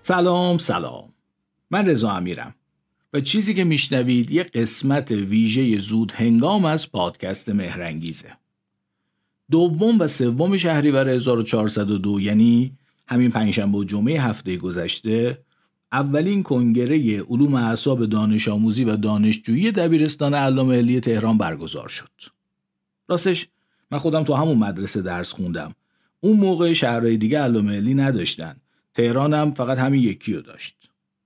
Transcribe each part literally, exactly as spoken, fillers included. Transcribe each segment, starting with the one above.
سلام سلام، من رضا امیرم و چیزی که میشنوید یه قسمت ویژه زود هنگام از پادکست مهرانگیزه. دوم و سوم شهریور هزار و چهارصد و دو، یعنی همین پنجشنبه و جمعه هفته گذشته، اولین کنگره علوم اعصاب دانش آموزی و دانشجویی دبیرستان علامه حلی تهران برگزار شد. راستش من خودم تو همون مدرسه درس خوندم. اون موقع شهرهای دیگه علامه حلی نداشتن. تهران هم فقط همین یکی رو داشت.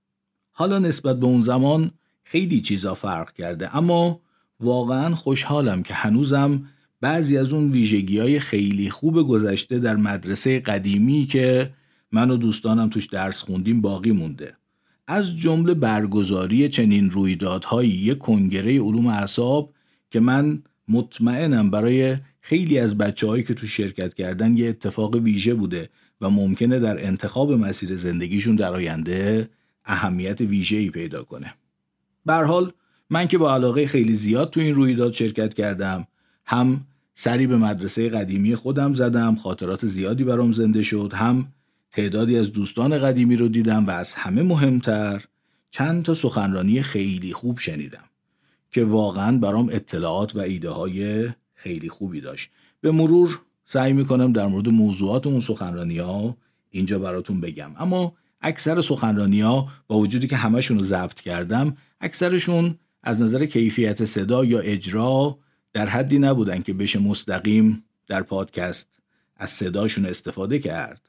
حالا نسبت به اون زمان خیلی چیزا فرق کرده، اما واقعا خوشحالم که هنوزم بعضی از اون ویژگی‌های خیلی خوب گذشته در مدرسه قدیمی که من و دوستانم توش درس خوندیم باقی مونده. از جمله برگزاری چنین رویدادهایی، یک کنگره علوم اعصاب که من مطمئنم برای خیلی از بچه‌هایی که تو شرکت کردن یه اتفاق ویژه بوده و ممکنه در انتخاب مسیر زندگیشون در آینده اهمیت ویژه‌ای پیدا کنه. به هر حال من که با علاقه خیلی زیاد تو این رویداد شرکت کردم، هم سری به مدرسه قدیمی خودم زدم، خاطرات زیادی برام زنده شد، هم تعدادی از دوستان قدیمی رو دیدم و از همه مهمتر چند تا سخنرانی خیلی خوب شنیدم که واقعاً برام اطلاعات و ایده های خیلی خوبی داشت. به مرور سعی میکنم در مورد موضوعات اون سخنرانی ها اینجا براتون بگم، اما اکثر سخنرانی ها با وجودی که همشون رو ضبط کردم، اکثرشون از نظر کیفیت صدا یا اجرا در حدی نبودن که بشه مستقیم در پادکست از صداشون استفاده کرد.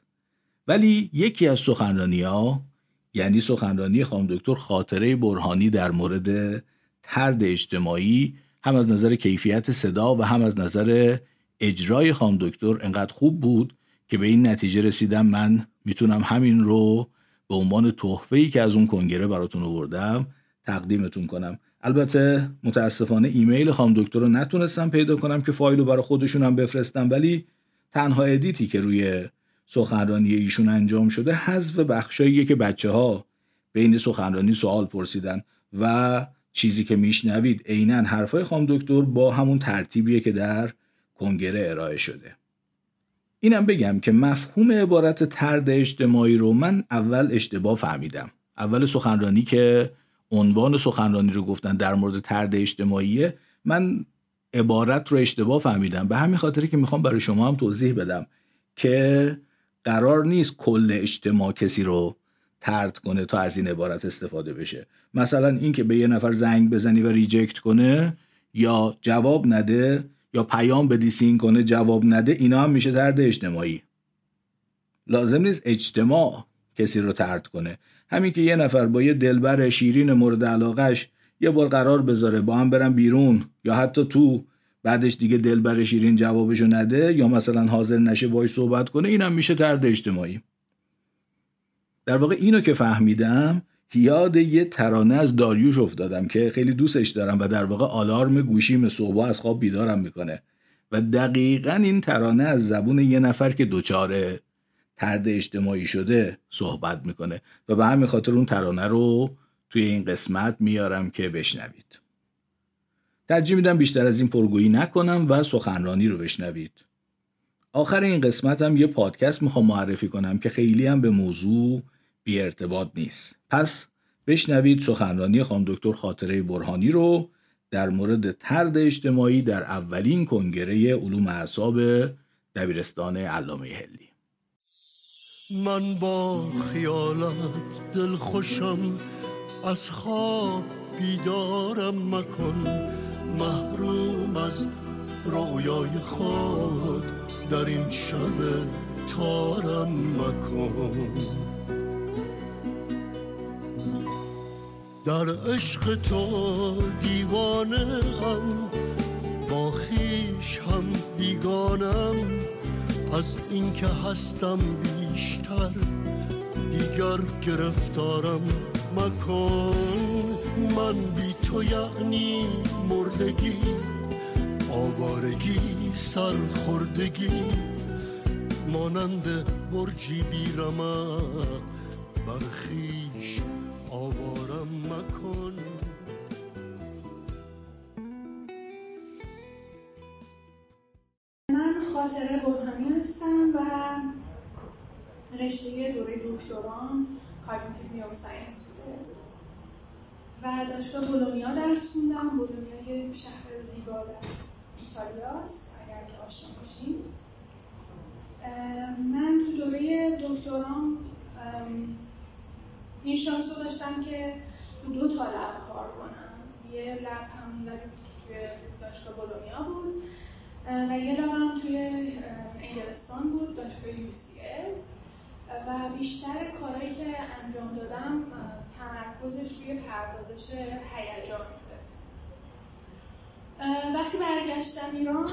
ولی یکی از سخنرانی ها، یعنی سخنرانی خانم دکتر خاطره برهانی در مورد طرد اجتماعی، هم از نظر کیفیت صدا و هم از نظر اجرای خانم دکتر انقدر خوب بود که به این نتیجه رسیدم من میتونم همین رو به عنوان تحفه‌ای که از اون کنگره براتون آوردم تقدیمتون کنم. البته متاسفانه ایمیل خانم دکتر رو نتونستم پیدا کنم که فایل رو برای خودشون هم بفرستم، ولی تنها ادیتی که روی سخنرانی ایشون انجام شده حذف بخشاییه که بچه‌ها بین سخنرانی سوال پرسیدن و چیزی که میشنوید عیناً حرفای خانم دکتر با همون ترتیبیه که در کنگره ارائه شده. اینم بگم که مفهوم عبارت طرد اجتماعی رو من اول اشتباه فهمیدم. اول سخنرانی که عنوان سخنرانی رو گفتن در مورد طرد اجتماعیه، من عبارت رو اشتباه فهمیدم. به همین خاطره که میخوام برای شما هم توضیح بدم که قرار نیست کل اجتماع کسی رو طرد کنه تا از این عبارت استفاده بشه. مثلا این که به یه نفر زنگ بزنی و ریجکت کنه یا جواب نده یا پیام بدی سین کنه جواب نده، اینا هم میشه طرد اجتماعی. لازم نیست اجتماع کسی رو طرد کنه. همین که یه نفر با یه دلبر شیرین مورد علاقش یه بار قرار بذاره با هم برن بیرون، یا حتی تو بعدش دیگه دلبر شیرین جوابشو نده یا مثلا حاضر نشه باهاش صحبت کنه، اینم میشه طرد اجتماعی. در واقع اینو که فهمیدم یاد یه ترانه از داریوش افتادم که خیلی دوستش دارم و در واقع آلارم گوشیم صبح از خواب بیدارم میکنه و دقیقاً این ترانه از زبون یه نفر که دوچاره طرد اجتماعی شده صحبت میکنه و به همین خاطر اون ترانه رو توی این قسمت میارم که بشنوید. ترجیح میدم بیشتر از این پرگویی نکنم و سخنرانی رو بشنوید. آخر این قسمت هم یه پادکست میخوام معرفی کنم که خیلی هم به موضوع بی ارتباط نیست. پس بشنوید سخنرانی خانم دکتر خاطره برهانی رو در مورد طرد اجتماعی در اولین کنگره علوم اعصاب دبیرستان علامه حلی. من با خیالت دل خوشم، از خواب بیدارم مکن، محروم از رویای خود در این شب تارم مکن. در عشق تو دیوانه ام، با خیش هم بیگانم، از این که هستم بیشتر دیگر گرفتارم مکن. من بی تو یعنی مردگی، آوارگی، سرخوردگی، مانند برجی بیرمق، برخیش آوارم مکن. من خاطره برهانی هستم و رشته دوره دکترام کاگنیتیو نیوروساینس بوده و دانشگاه بولونیا درس خوندم. بولونیا یه شهر زیبا در ایتالیاست اگر که آشنا باشین. من تو دوره دکترام این شانس رو داشتم که تو دو تا لب کار کنم. یه لب هم لبی که توی دانشگاه بولونیا بود و یه لب هم توی انگلستان بود، دانشگاه یو سی ال. و بیشتر کارهایی که انجام دادم تمرکزش روی پردازش هیجان بوده. وقتی برگشتم ایران،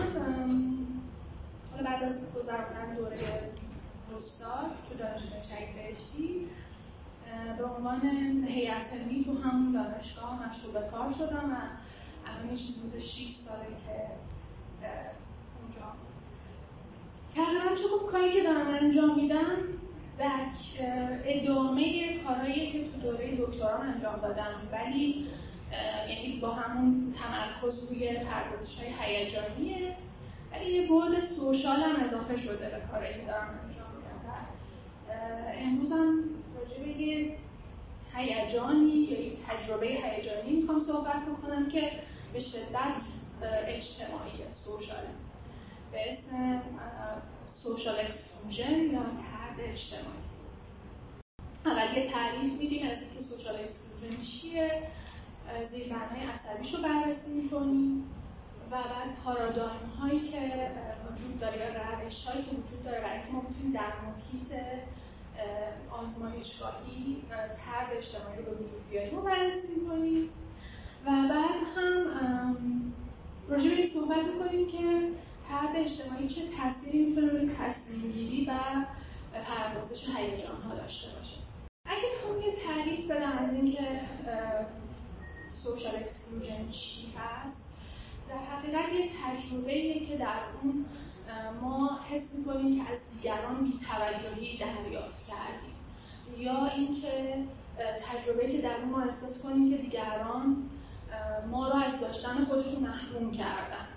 بعد از گذروندن دوره پست‌داک تو دانشگاه شهید بهشتی، به عنوان هیئت علمی تو همون دانشگاه مشغول به کار شدم و الان یه چیزی بوده شش ساله که اونجا تقریبا چه گفت کاری که دارم انجام میدم در ادامه کارهایی که تو دوره دکترام انجام دادم، ولی یعنی با همون تمرکز روی پردازش‌های هیجانیه، ولی یه بعد سوشال هم اضافه شده به کارهایی که دارم انجام میدم. امروز هم راجع به یه هیجانی یا یک تجربه هیجانی میخوام صحبت بکنم که به شدت اجتماعیه، سوشاله، به اسم سوشال اکسکلوژن یا طرد اجتماعی. اول یه تعریف میدیم از اینکه سوشال اکسکلوژن چیه، زیربنای عصبیش رو بررسی میکنیم و بعد پارادایم هایی که وجود داره یا روش هایی که وجود داره برای اینکه ما بتونیم در محیط آزمایشگاهی طرد اجتماعی رو به وجود بیاریم رو بررسی میکنیم و بعد هم راجع به این صحبت میکنیم که طرد اجتماعی چه تأثیری میتونه روی تصمیم گیری و پردازش هیجان ها داشته باشه. اگه بخوام یه تعریف بدم از اینکه سوشال اکسکلوژن چی هست، در حقیقت یه تجربه‌ایه که در اون ما حس می‌کنیم که از دیگران بی‌توجهی دریافت کردیم، یا اینکه تجربه‌ای که در اون ما احساس کنیم که دیگران ما رو از داشتن خودشون محروم کردن.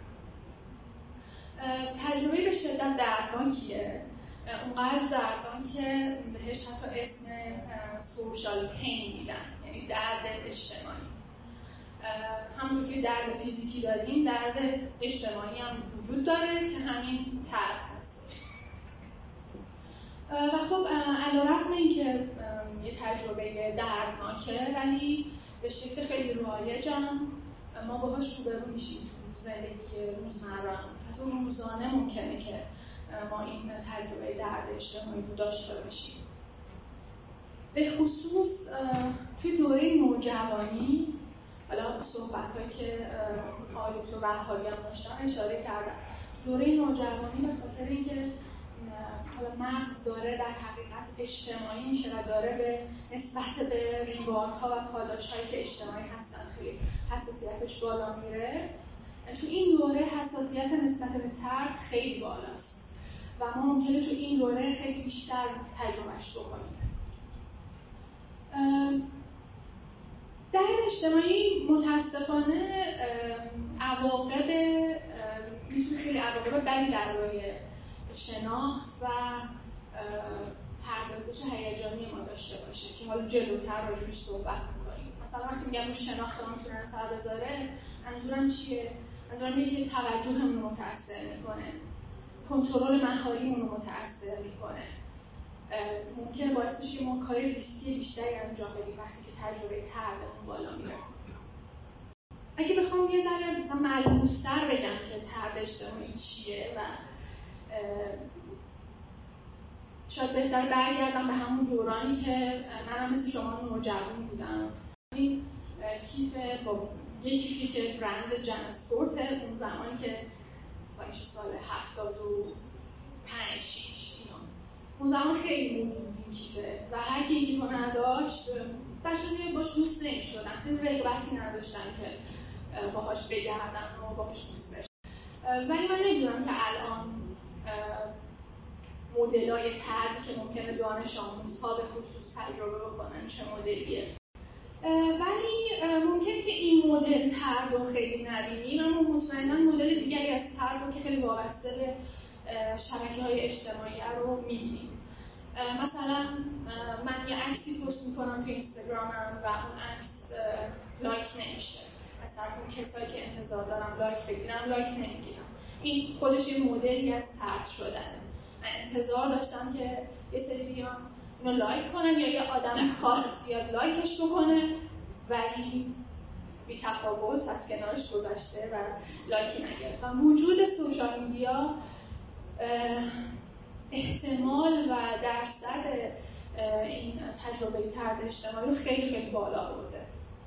تجربه به شدت دردناکیه، اونقدر دردناک که بهش حتی اسم سوشال پین میدن، یعنی درد اجتماعی. همونطور که درد فیزیکی داریم، درد اجتماعی هم وجود داره که همین طرد هستش. و خب علیرغم اینکه یه تجربه دردناکه، ولی به شکل خیلی رایجم ما باهاش روبرو میشیم تو زندگی روزمره، حتی روزانه ممکنه که ما این تجربه درد اجتماعی رو داشته باشیم. به خصوص توی دوره نوجوانی، حالا صحبت‌هایی که آقای دکتر وهابی هم داشتن اشاره کردن، دوره نوجوانی به خاطر اینکه حالا مغز داره در حقیقت اجتماعی میشه و داره به نسبت به ریواردها و پاداش‌هایی که اجتماعی هستن خیلی حساسیتش بالا میره. تو این دوره حساسیت نسبت به طرد خیلی بالاست و ما ممکنه تو این دوره خیلی بیشتر تجربهش بکنیم. درد اجتماعی متاسفانه عواقب میتونه خیلی عواقب بدی برای شناخت و پردازش هیجانی ما داشته باشه که حالا جلوتر راجعش صحبت می‌کنیم. مثلا وقتی میگم رو شناخت ما میتونه اثر بذاره، منظورم چیه؟ منظورم اینه که توجهمون رو متأثر میکنه، کنترل مهاریمون رو متأثر میکنه، ممکنه باعث بشه ما کار ریسکی بیشتری انجام بدیم وقتی که تجربه طردمون بالا میره. اگه بخوام یه ذره مثلا ملموس‌تر بگم که طرد اجتماعی چیه و شاید بهتر برگردم به همون دورانی که منم مثل شما نوجوان بودم. این کیف با یه کیفی که برند جنسپورته، اون زمانی که مثلا سال هفتاد و پنج شیش اینا، اون زمان خیلی مهم این کیفه و هر کی این کیفو نداشت بچه زیاد باش دوست نمی‌شدن، خیلی رقابتی نداشتن که باهاش بگردن و باهاش دوست بشن. ولی من نمیدونم که الان مدل‌های طردی که ممکنه دانش آموزها به خصوص تجربه بکنن چه مدلیه، ولی ممکنه که این مدل طرد رو خیلی نبینیم، اما مطمئنا مدل دیگری از طرد رو که خیلی وابسته به شبکه‌های اجتماعی رو می‌بینیم. مثلا من یه عکسی پست میکنم تو اینستاگرامم و اون عکس لایک نمیشه، از طرف اون کسایی که انتظار دارم لایک بگیرم لایک نمیگیرم. این خودش یه مدلی از طرد شدنه. من انتظار داشتم که یه سری بیان اینو لایک کنن یا یه آدم خاص بیاد لایکش بکنه، ولی بی تفاوت از کنارش گذشته و لایکی نگرفتم. وجود سوشال میدیا احتمال و درصد این تجربه طرد اجتماعی رو خیلی خیلی بالا برده.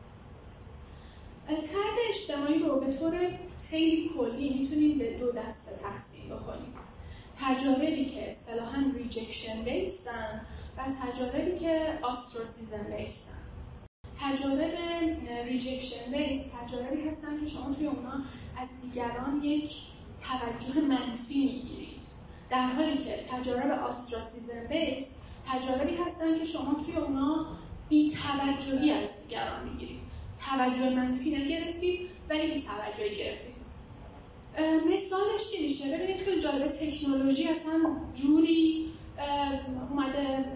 طرد اجتماعی رو به طور خیلی کلی میتونیم به دو دسته تقسیم بکنیم: تجاربی که اصطلاحاً ریجکشن بیسن و تجاربی که آستراسیزم بیسن. تجارب ریجکشن بیس تجاربی هستن که شما توی اونا از دیگران یک توجه منفی میگیرید، در حالی که تجارب آستراسیزم بیس تجاربی هستن که شما توی اونا بی توجهی از دیگران میگیرید. توجه منفی نگرفتید ولی بی توجهی گرفتید. مثالش چی میشه؟ ببینید خیلی جالبه، تکنولوژی اصلا جوری اومده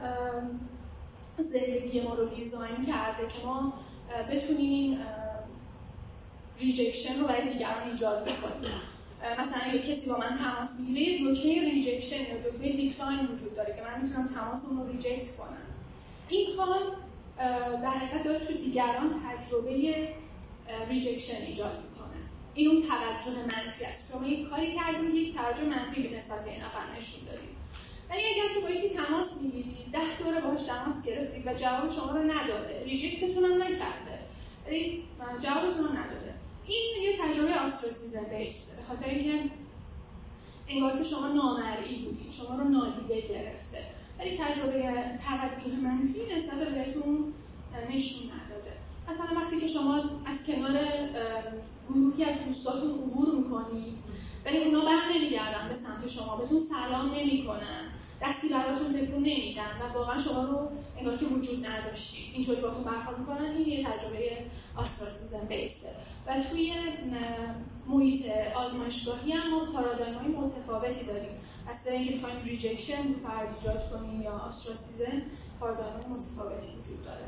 زندگی ما رو دیزاین کرده که ما بتونیم ریجکشن رو برای دیگران ایجاد بکنیم. مثلا اگه کسی با من تماس میگیره، دکمه ریجکشن یا دکمه دیکلاین وجود داره که من میتونم تماس اون رو ریجکت کنم. این کار در حقیقت داره تو دیگران تجربه ریجکشن ایجاد میکنه. این اون توجه منفی است. شما یک کاری کردین که یک توجه منفی به نسبت به این نفر نشون دادید. ولی اگر که با یکی تماس میگیرید، ده دوره باهاش تماس گرفتید و جواب شما رو نداده، ریجکتتون هم نکرده، ولی جوابتون رو نداده، این یه تجربه آستراسیزم بیسه، به خاطر اینکه انگار که شما نامرئی بودید، شما رو نادیده گرفته، ولی تجربه توجه منفی نسبت بهتون نشون نداده. مثلا وقتی که شما از کنار گروهی از دوستاتون عبور میکنید ولی اونا بر نمیگردن به سمت شما، بهتون سلام نمیکنن، دستی براتون تکون نمیدن و واقعا شما رو انگار که وجود نداشتید، اینطوری باهاتون برخورد میکنن، این یه تجربه آستراسیزم بیسه. و توی محیط آزمایشگاهی هم ما پارادایم‌های متفاوتی داریم. اصلا اینکه بخوایم ریجکشن فرد ایجاد کنیم یا آستراسیزم، پارادایم‌های متفاوتی وجود داره.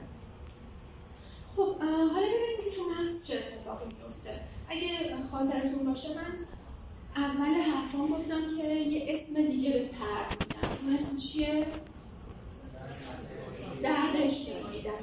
خب حالا ببینیم که تو مغز چه اتفاقی میفته. اگه خاطرتون باشه من اول حرفام گفتم که یه اسم دیگه به طرد میدم. اون اسم چیه؟ درد اجتماعی. در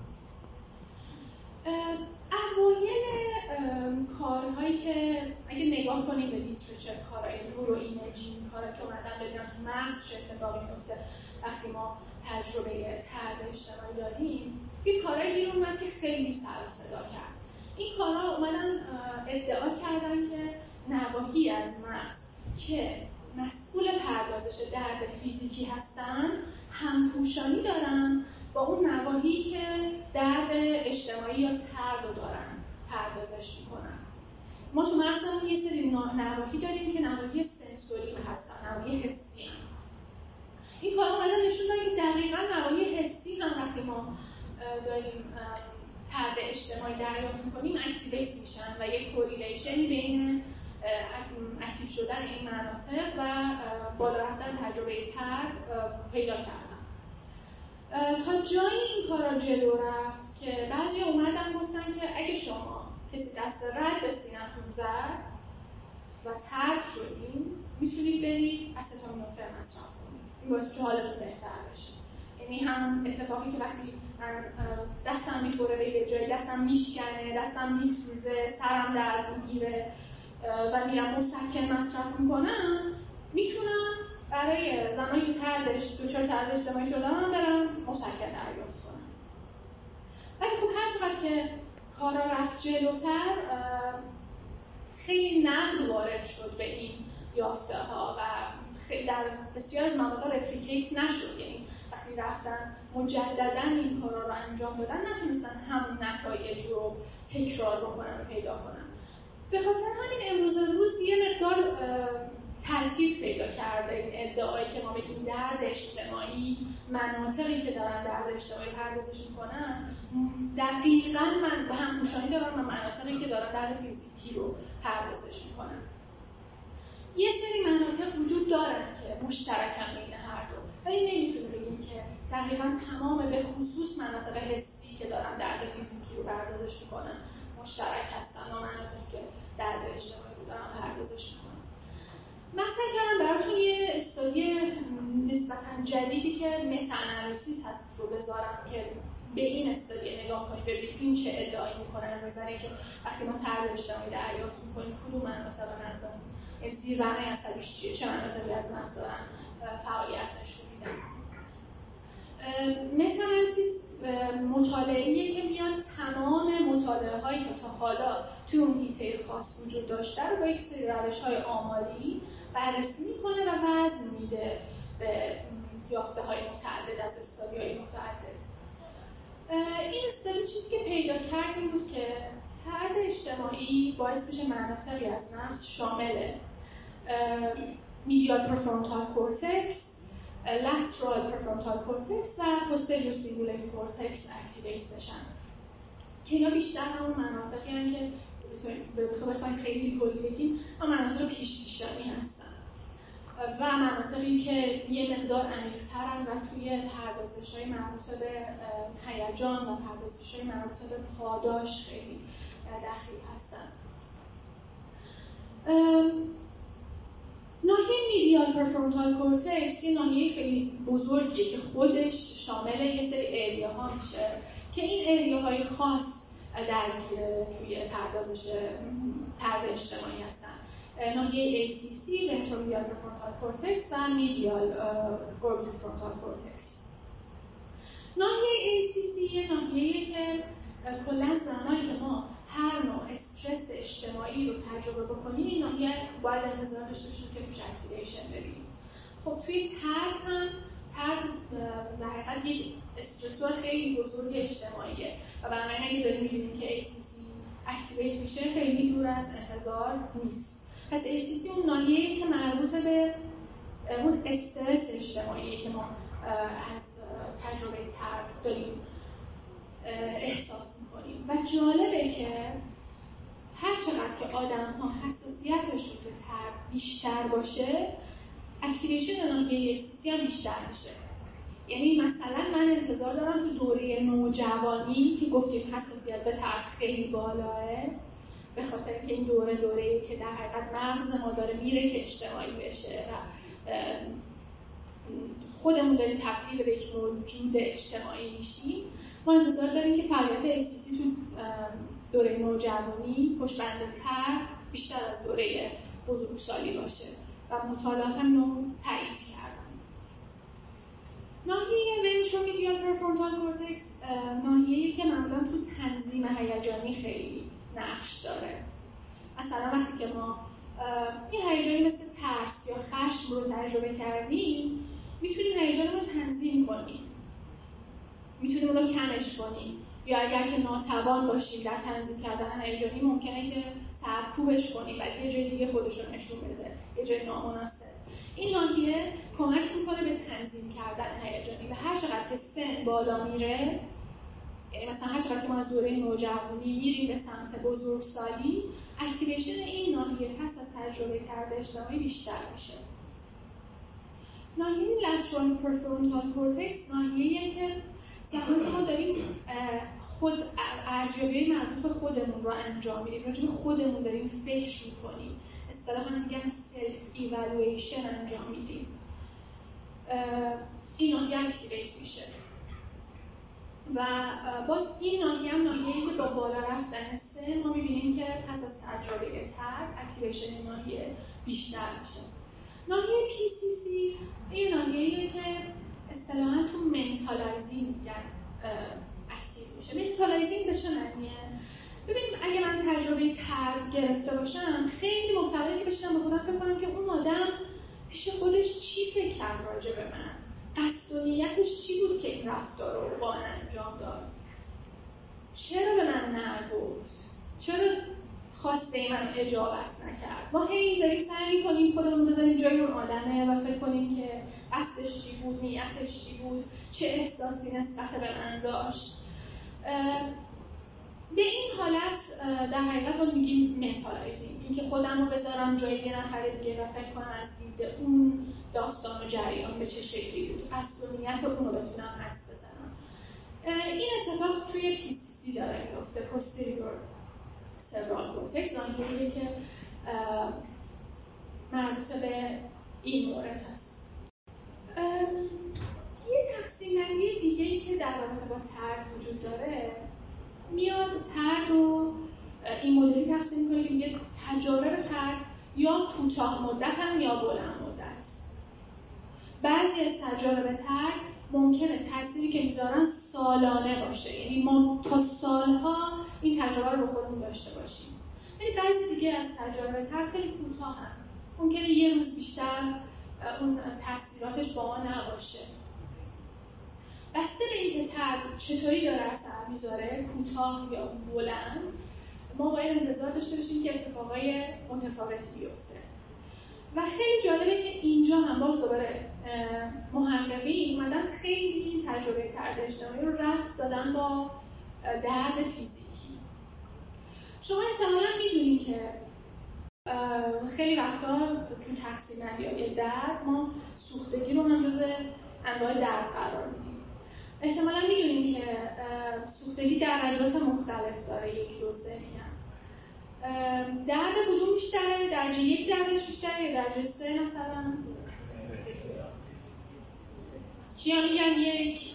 اوایل کارهایی که اگه نگاه کنیم به لیترچر، کارهای نورو ایمیجینگ، کارهایی که اومدن ببینن تو مغز چه اتفاقی میفته وقتی ما تجربه طرد اجتماعی داریم، یه کارهایی بیرون اومد که خیلی سر و صدا کرد. این کارها اومدن ادعا کردن که نواحی از مغز که مسئول پردازش درد فیزیکی هستن همپوشانی دارن با اون نواحی که درد اجتماعی یا طرد رو دارن پردازش میکنن. ما تو مغزمون یه سری نواحی داریم که نواحی سنسوری هستن، نواحی حسی هم. این کار اومدن نشون دادن که دقیقاً نواحی حسی هم وقتی ما داریم طرد اجتماعی دریافت میکنیم اکتیویت میشن و یک کوریلیشنی بین اکتیو شدن این مناطق و بالا رفتن تجربه طرد پیدا کردن. تا جایی این کارا جلو رفت که بعضی اومدن گفتن که اگه شما کسی دست رد به سینه‌تون زد و طرد شدین، میتونید برید استامینوفن مصرف کنید. این باعث که حالتون بهتر بشه. یعنی هم اتفاقی که وقتی من دستم میخوره به یه جای، دستم میشکنه، دستم میسوزه، سرم درد میگیره و میرم مسکن مصرف میکنم، میتونم برای زمانی که طردش دچار طرد اجتماعی شدم برم مسکن دریافت کنم. ولی خب هر چقدر که کارا رفت جلوتر خیلی نقد وارد شد به این یافته ها و در بسیار از مواقع رپلیکیت نشد. یعنی وقتی رفتن مجددا این کارا رو انجام دادن نتونستن همون نتایج رو تکرار بکنن و پیدا کنن. به خاطر همین امروز روز یه مقدار تلطیف پیدا کرده این ادعایی که ما بگیم درد اجتماعی، مناطقی که دارن درد اجتماعی پردازش میکنن دقیقاً من به همپوشانی دارن و مناطقی که دارن درد فیزیکی رو پردازش میکنن. یه سری مناطق وجود دارن که مشترکن بین هر دو، ولی نمیتونیم بگیم که دقیقاً تمام به خصوص مناطق حسی که دارن درد فیزیکی رو پردازش میکنن مشترک هستن و مناطقی که درد اجتماعی رو دارن پردازش میکنن. من سعی کردم براتون یه استادی نسبتاً جدیدی که متاانالیزیس هست رو بذارم که به این استادی نگاه کنید، ببینید این چه ادعایی میکنه از نظر اینکه وقتی ما درد اجتماعی دریافت میکنیم کدوم مناطق مغز این زیربنای عصبیش چیه، چه مناطقی از مغز دارن فعالیت نشون میدن. متاانالیزیس مطالعه‌ایه که میاد تمام مطالعه هایی که تا حالا توی اون حیطه خاص وجود داشته رو با یک سری روش‌های آماری بررسی میکنه و وزن میده به یافته‌های متعدد از استادی‌های متعدد. این استادی چیزی که پیدا کرد این بود که درد اجتماعی باعث میشه مناطقی از مغز شامل medial prefrontal cortex، lateral prefrontal cortex و posterior cingulate cortex activate بشن که اینا بیشتر همون مناطقی هستن که بخوایم خیلی کلی بگیم هم مناطق پیش پیشانی هستن و مناطقی که یه مقدار عمیق‌ترن و توی پردازش‌های مربوط به هیجان و پردازش‌های مربوط به پاداش خیلی دخیل هستن. ناحیه میدیال پرفرونتال کورتکس یه ناحیه خیلی بزرگیه که خودش شامل یه سری اریاها میشه که این اریاهای خاص درگیر توی پردازش درد اجتماعی هستن. ناحیه ای سی سی ventromedial prefrontal cortex و medial orbital frontal cortex. ناحیه ای سی سی یه ناحیه‌ایه که کلاً زمانی که ما هر نوع استرس اجتماعی رو تجربه بکنیم این ناحیه باید انتظار داشته باشیم که توش اکتیویشن ببینیم. خب توی ترد هم ترد در حقیقت یک استرسور خیلی بزرگ اجتماعیه و بنابراین اگه داریم می‌بینیم که ای سی سی اکتیویت میشه خیلی دور از انتظار نیست. پس ای سی سی اون ناحیه‌ای که مربوط به اون استرس اجتماعی که ما از تجربه ترد داریم احساس می‌کنیم و جالبه که هر چقدر که آدم‌ها حساسیتشون به ترد بیشتر باشه اکتیویشن ناحیه ای سی سی هم بیشتر میشه. یعنی مثلا من انتظار دارم تو دوره نوجوانی که گفتیم حساسیت به ترد خیلی بالاه به خاطر اینکه این دوره دوره‌ای که در حقیقت مغز ما داره میره که اجتماعی بشه و خودمون داریم تبدیل به یک موجود اجتماعی میشیم، ما انتظار داریم که فعالیت ای سی سی تو دوره نوجوانی پشت بند ترد بیشتر از دوره بزرگسالی باشه و مطالعات هم نوع تایید کردن. ناحیه ventromedial prefrontal cortex ناحیه‌ای که معمولا تو تنظیم هیجانی خیلی نقش داره. مثلا وقتی که ما این هیجانی مثل ترس یا خشم رو تجربه کردیم میتونیم هیجان رو تنظیم کنیم، میتونیم اون رو کمش کنیم یا اگر که ناتوان باشیم در تنظیم کردن هیجانی ممکنه که سرکوبش کنیم ولی یه جای دیگه خودش رو نشون بده، یه جای نامناسب. این ناحیه کمک میکنه به تنظیم کردن هیجانی و هر چقدر که سن بالا میره، یعنی مثلا هر چقدر که ما از دوره نوجوانی میریم به سمت بزرگسالی اکتیویشن این ناحیه پس از تجربه ترد اجتماعی بیشتر میشه. ناحیه لترال پرفرونتال کورتکس ناحیه‌ایه که زمانی که ما داریم خود ارزیابی مربوط به خودمون رو انجام میدیم، راجع به خودمون داریم فکر میکنیم، اصطلاحاً میگن سلف ایوالویشن انجام میدیم، این ناحیه اکتیویت میشه و باز این ناحیه هم ناحیه‌ای که با بالا رفتن سن ما میبینیم که پس از تجربه ترد اکتیویشن این ناحیه بیشتر میشه. ناحیه پی سی سی این ناحیه‌ایه که اصطلاحاً تو منتالایزینگ میگن اکتیو میشه. منتالایزینگ به چه معنیه؟ ببینیم اگه من تجربه ترد گرفته باشم خیلی محتمله که بشینم به خودم فکر کنم که اون آدم پیش خودش چی فکر کرد راجع به من، قصد و نیتش چی بود که این رفتار رو با من انجام داد، چرا به من نگفت، چرا خواسته من اجابت نکرد. ما هی داریم سعی می‌کنیم خودمون بذاریم جای اون آدمه و فکر کنیم که قصدش چی بود، نیتش چی بود، چه احساسی نسبت به من داشت. به این حالت در حقیقت ما میگیم منتالایزینگ، اینکه خودم رو بذارم جای یه نفر دیگه و فکر کنم از دید اون داستان و جریان به چه شکلی بود، مسئولیت اون رو بتونم حدس بزنم. این اتفاق توی پی سی سی داره میفته، posterior cerebral cortex، زانگیریه که مربوط به این مورد هست. یه تقسیم بندی دیگه‌ای که در رابطه با ترد وجود داره، میاد ترد و این مدلی تقسیم کنه که میگه تجارب ترد یا کوتاه مدتن یا بلند مدت. بعضی از تجارب ترد ممکنه تأثیری که میذارن سالانه باشه، یعنی ما تا سالها این تجربه رو به خودمون داشته باشیم. ولی بعضی دیگه از تجارب ترد خیلی کوتاهن، ممکنه یه روز بیشتر اون تأثیراتش با ما نباشه. بسته به اینکه ترد چطوری داره اثر میذاره، کوتاه یا بلند، ما باید انتظار داشته باشیم که اتفاقای متفاوتی بیفته. و خیلی جالبه که اینجا هم باز دوباره محققین اومدن خیلی این تجربه ترد اجتماعی رو ربط دادن با درد فیزیکی. شما احتمالاً میدونید که خیلی وقتا تو تقسیم بندی درد ما سوختگی رو هم جزء انواع درد قرار میدیم. احتمالاً میدونید که سوختگی درجات مختلف داره، یک دو سه میگن. درد کدوم بیشتره؟ درجه یک دردش بیشتره یا درجه سه مثلا؟ کیا میگن یک؟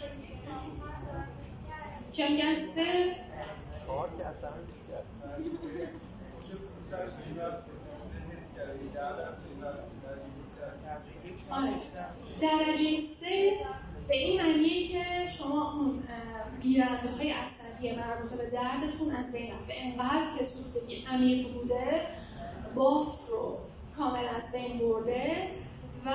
کیا میگن سه؟ چهار که اصلا آره. درجه سه به این معنیه که شما اون گیرنده های عصبی مربوطه به دردتون از بین رفته، انقدر که سوختگی عمیق بوده بافت رو کامل از بین برده و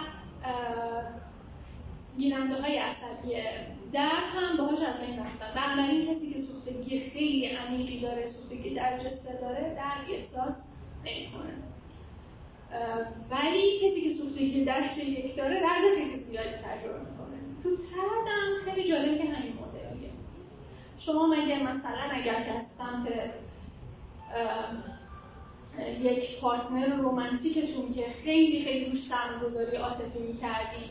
گیرنده های عصبی درد هم باهاش از بین رفتن. بنابراین کسی که سوختگی خیلی عمیقی داره، سوختگی درجه سه داره، درد احساس نمی‌کنه. ولی کسی که سوختگی درجه یک داره درد خیلی زیادی تجربه میکنه. تو ترد هم خیلی جالبه که همین مدلیه. شما مگه مثلا اگر که از سمت یک پارتنر رومانتیکتون که خیلی خیلی روش سرمایه‌گذاری عاطفی میکردین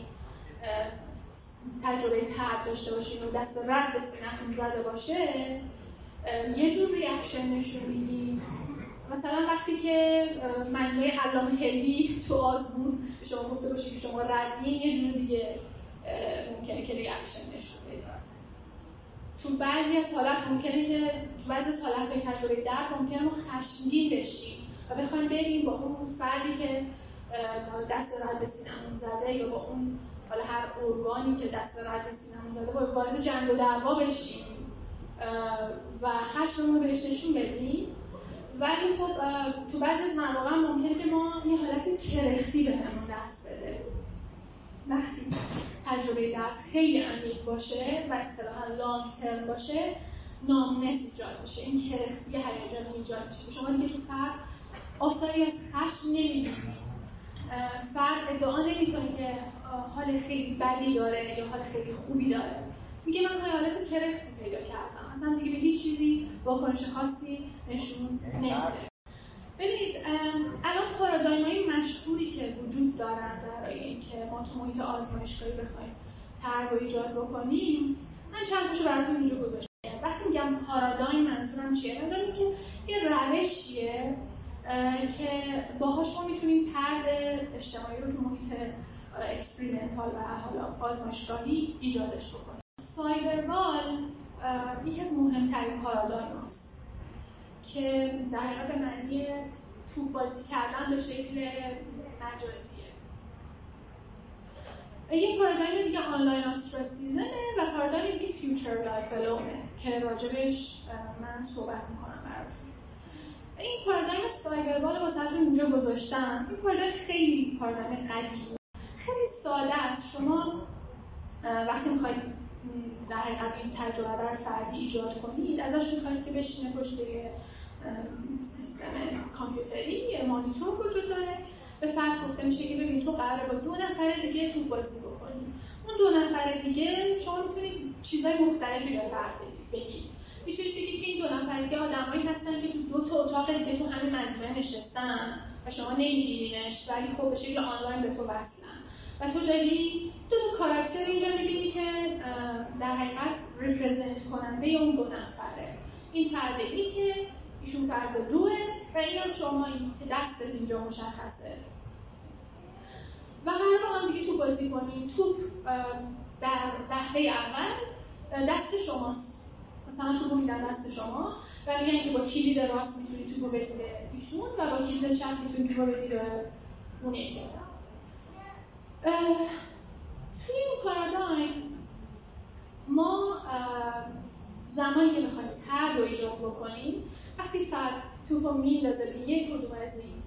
تجربه ترد داشته باشین و دست رد به سینه‌تون زده باشه، یه جور ریاکشن نشون میدین. مثلا وقتی که مجموعه علامه حلی تو آزمون به شما گفته باشه که شما ردین، یه جور دیگه ممکنه که ریاکشن نشون بدید. تو بعضی از حالات ممکنه که تو بعضی از حالت‌های تجربه درد ممکنه ما خشمگین بشیم و بخوایم بریم با اون فردی که دست رد به سینه‌مون زده یا با اون حالا هر ارگانی که دست رد به سینه‌مون زده با وارد جنگ و دعوا بشیم و خشممون رو بهش نشون بدیم. ولی خب تو بعضی از مواقع ممکنه که ما یه حالت کرختی بهمون دست بده. وقتی تجربه درد خیلی عمیق باشه و اصطلاحاً لانگ ترم باشه، نامنس ایجاد میشه، این کرختی هیجانی ایجاد میشه. شما دیگه تو فرد آثاری از خشم نمیبینید. فرد ادعا نمیکنه که حال خیلی بدی داره یا حال خیلی خوبی داره. میگه من حالت کرختی پیدا کردم، اصلا دیگه به هیچ چیزی واکنش خاصی نشون نمیده. ببینید الان پارادایم‌های مشهوری که وجود دارن برای اینکه ما تو محیط آزمایشگاهی بخوایم ترد رو ایجاد بکنیم، من چند تاشو براتون اینجا گذاشتم. وقتی میگم پارادایم منظورم چیه؟ منظورم که یه روشیه که باهاش ما میتونیم ترد اجتماعی رو تو محیط اکسپریمنتال و حالا آزمایشگاهی ایجادش بکنیم. سایبروال یکی از مهمترین پارادایم هست که در حقیقت به معنی توپ بازی کردن به شکل مجازیه. یه پارادایم دیگه آنلاین آستراسیزمه و پارادایم دیگه فیوچر لایف الونه که راجبش من صحبت میکنم براتون. این پارادایم سایبروال واسهتون اینجا گذاشتم. این پارادایم خیلی پارادایم قدیمی، خیلی ساده است. شما وقتی میخواید در حقیقت این تجربه رو فردی ایجاد کنید، ازش میخواید که بشینه پشت یه سیستم کامپیوتری، یه مانیتور وجود داره. به فرد گفته میشه که ببین تو قراره با دو نفر دیگه توپ بازی بکنی. اون دو نفر دیگه شما میتونید چیزای مختلفی به فرد بگید. میتونید بگید که این دو نفر دیگه آدمایی هستن که تو دو تا اتاق دیگه تو همین مجموعه نشستن و شما نمیبینینش، ولی خب به شکل آنلاین به تو وصلن و تو داری دو تا کاراکتر اینجا میبینی که در حقیقت ریپرزنت کننده اون دو نفره. این فرد این که ایشون فرد دوه و اینم شمایی که دستت اینجا مشخصه و قرار با هم دیگه تو بازی کنیم. توپ در دهه اول دست شماست، مثلا توپو میدن دست شما و میگن که با کلید راست میتونی توپو بدی به ایشون و با کلید چپ میتونی توپو بدی به اون یکی آدم. توی این پارادایم ما زمانی که بخوایم طرد رو ایجاد بکنیم، وقتی فرد توپو میندازه به یک کدوم از این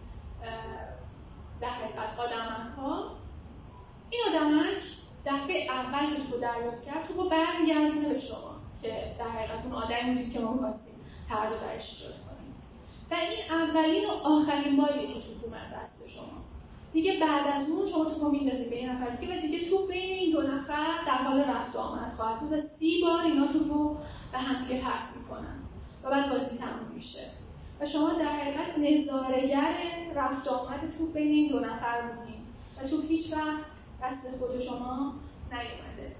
در حقیقت آدمک‌ها، این آدمک دفعه اول که توپو دریافت کرد توپو برمیگردونه به شما که در حقیقت اون آدمی بودید که ما می‌خواستیم طرد رو درش ایجاد کنیم و این اولین و آخرین باریه که توپ اومد دست شما. دیگه بعد از اون شما توپو میندازید به این نفر دیگه و دیگه توپ بین این دو نفر در حال رفت و آمد خواهد بود و سی بار اینا توپو به هم دیگه پرت می‌کنن و بعد بازی تموم میشه و شما در حقیقت نظاره‌گر رفت و آمد توپ بین این دو نفر بودین و توپ هیچ وقت دست خود شما نیومده.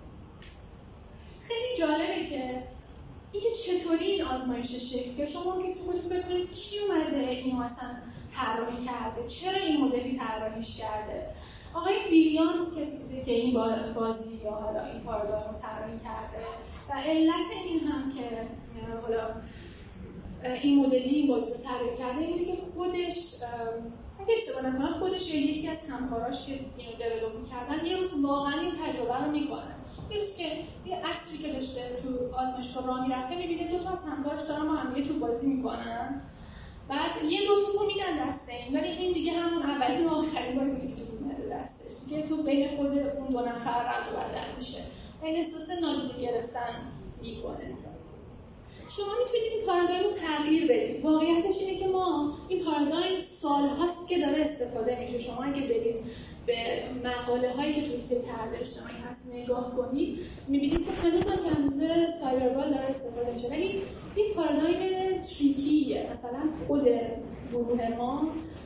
خیلی جالبه که اینکه چطوری این آزمایش شکل که شما که تو فکر کنید کی اومده اینو اصلا طراحی کرده، چرا این مدلی طراحیش کرده. آقای ویلیامز کسی بوده که این بازی یا حالا این پارادایم رو طراحی کرده و علت این هم که حالا این مدلی این بازی رو طراحی کرده اینه که خودش اگه اشتباه نکنم خودش یا یکی از همکاراش که اینو دیولپ می‌کردن یه روز واقعا این تجربه رو میکنن. یه روز که یه عصری که داشته تو آزمایشگاه راه میرفته میبینه دو تا از همکاراش دارن با هم تو بازی میکنن، بعد یه دو توپو میدن دست این، ولی این دیگه همون اولین و آخرین باری بوده که توپ میده دستش، دیگه تو بین خود اون دو نفر رد و بدل میشه و این احساس نادیده گرفتن میکنه. شما میتونید این پارادایم رو تغییر بدید. واقعیتش اینه که ما این پارادایم سال‌هاست که داره استفاده میشه. شما اگه برید به مقاله هایی که توی طرد اجتماعی هست نگاه کنید میبینید که هنوز هم که هنوز سایبروال داره استفاده میشه، ولی این پارادایم تریکیه. مثلا خود گروه ما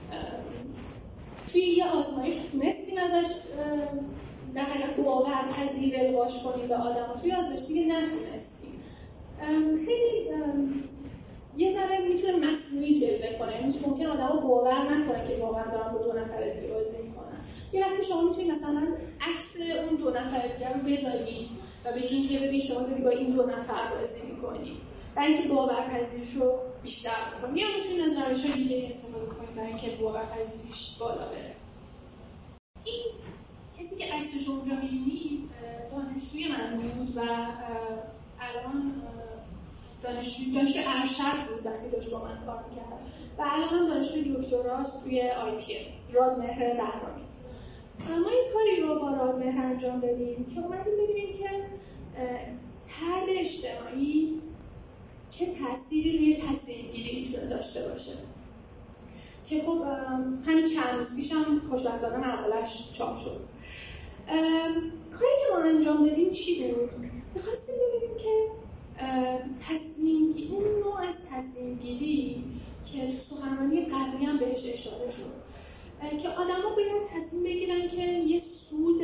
توی یه آزمایش تونستیم ازش در حقیقت باورپذیر القاش کنیم به آدم، توی آزمایش دیگه نتونستیم. خیلی یه ذره میتونه مصنوعی جلوه کنه، یعنی ممکن آدم‌ها باور نکنن که واقعا دارن با دو نفر دیگه بازی میکنن. یه وقتی شما میتونید مثلا عکس اون دو نفر دیگه رو بذارید و بگین که ببین شما داری با این دو نفر بازی میکنی، برای اینکه باورپذیریش رو بیشتر بکنید. یا میتونید از روش‌های دیگه استفاده کنید برای اینکه باورپذیریش بالا بره. این کسی که عکسش رو اونجا می‌بینید دانشجوی من بود و الان دانشجوی دانشجوی ارشد بود وقتی داشت با من کار می‌کرد و الان هم دانشجوی دکتراست توی آی پی ام رادمهر بهرامی. ما این کاری رو با رادمهر انجام دادیم که اومدیم ببینیم که طرد اجتماعی چه تأثیری روی تصمیم‌گیری میتونه داشته باشه. که خب همین چند روز پیش هم خوشبختانه مقاله‌اش چاپ شد. کاری که ما انجام دادیم چی بود؟ می‌خواستیم ببینیم که تصمیم گیری، اون نوع از تصمیم گیری که تو سخنرانی قبلی هم بهش اشاره شد که آدم‌ها باید تصمیم بگیرن که یه سود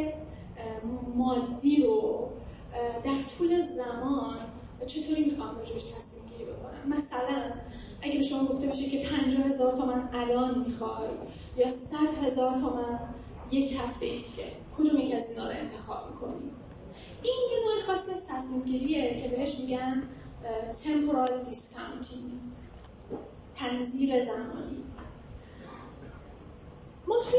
مادی رو در طول زمان چطوری میخوام راجعش تصمیم گیری بکنم. مثلا اگه به شما گفته بشه که پنجاه هزار تومان الان میخوای یا صد هزار تومان یک هفته دیگه، کدوم یک از اینا رو انتخاب میکنی؟ این یه نوع خاصی از تصمیم گیریه که بهش میگن temporal discounting، تنزیل زمانی. ما توی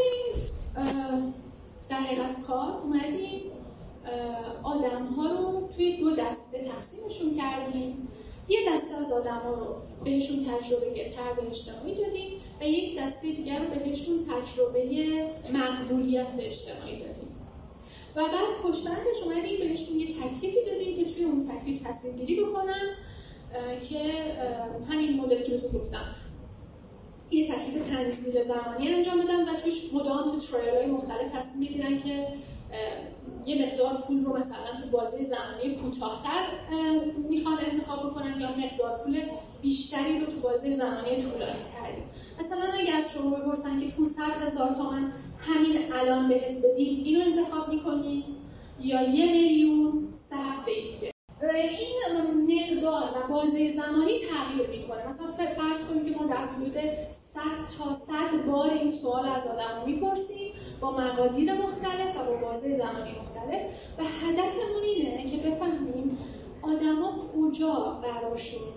در حقیقت کار اومدیم آدم ها رو توی دو دسته تقسیمشون کردیم. یه دسته از آدم ها رو بهشون تجربه طرد اجتماعی دادیم و یک دسته دیگر رو بهشون تجربه مقبولیت اجتماعی دادیم و بعد پشت بندش اومدیم بهشون یه تکلیفی دادیم که توی اون تکلیف تصمیم گیری بکنن که همین مدلی که بهتون گفتم یه تکلیف تنزیل زمانی انجام بدن و توش مدام تو ترایل‌های مختلف تصمیم بگیرن که یه مقدار پول رو مثلا تو بازه زمانی کوتاه‌تر میخوان انتخاب بکنن یا مقدار پول بیشتری رو تو بازه زمانی طولانی‌تری. مثلا اگه از شما بپرسن که پانصد هزار تومان همین الان بهت بدیم، اینو انتخاب میکنی یا یه میلیون سه هفته دیگه؟ این مقدار و بازه زمانی تغییر میکنه. مثلا فرض کنیم که ما در حدود صد تا صد بار این سوال از آدم میپرسیم با مقادیر مختلف و با بازه زمانی مختلف و هدفمون اینه که بفهمیم آدما کجا براشون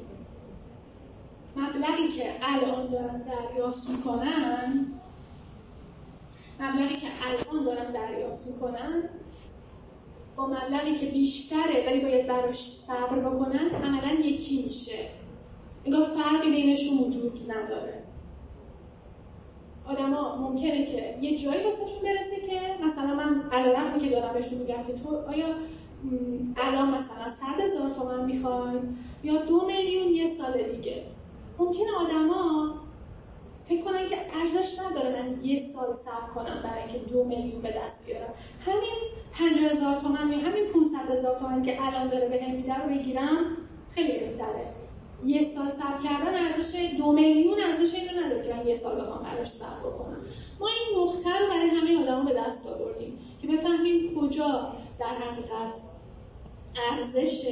مبلغی که الان دارن دریافت میکنن مبلغی که الان دارن دریافت میکنن با مبلغی که بیشتره ولی باید براش صبر بکنن عملاً یکی میشه. انگار فرقی بینشون وجود نداره. آدما ممکنه که یه جایی واسهشون برسه که مثلا من علیرغمی که دارم بهشون میگم که تو آیا الان مثلا صد هزار تومان میخواین یا دو میلیون یه سال دیگه، ممکنه آدما فکر کنن که ارزش نداره من یه سال صبر کنم برای اینکه دو میلیون به دست بیارم. همین پنجاه هزار تومان یا همین پانصد هزار تومان که الان داره بهم میده رو بگیرم خیلی بهتره. یه سال صبر کردن ارزش دو میلیون ارزش اینو نداره که من یه سال بخوام براش صبر بکنم. ما این نقطه رو برای همه آدما به دست آوردیم که بفهمیم کجا در حقیقت ارزش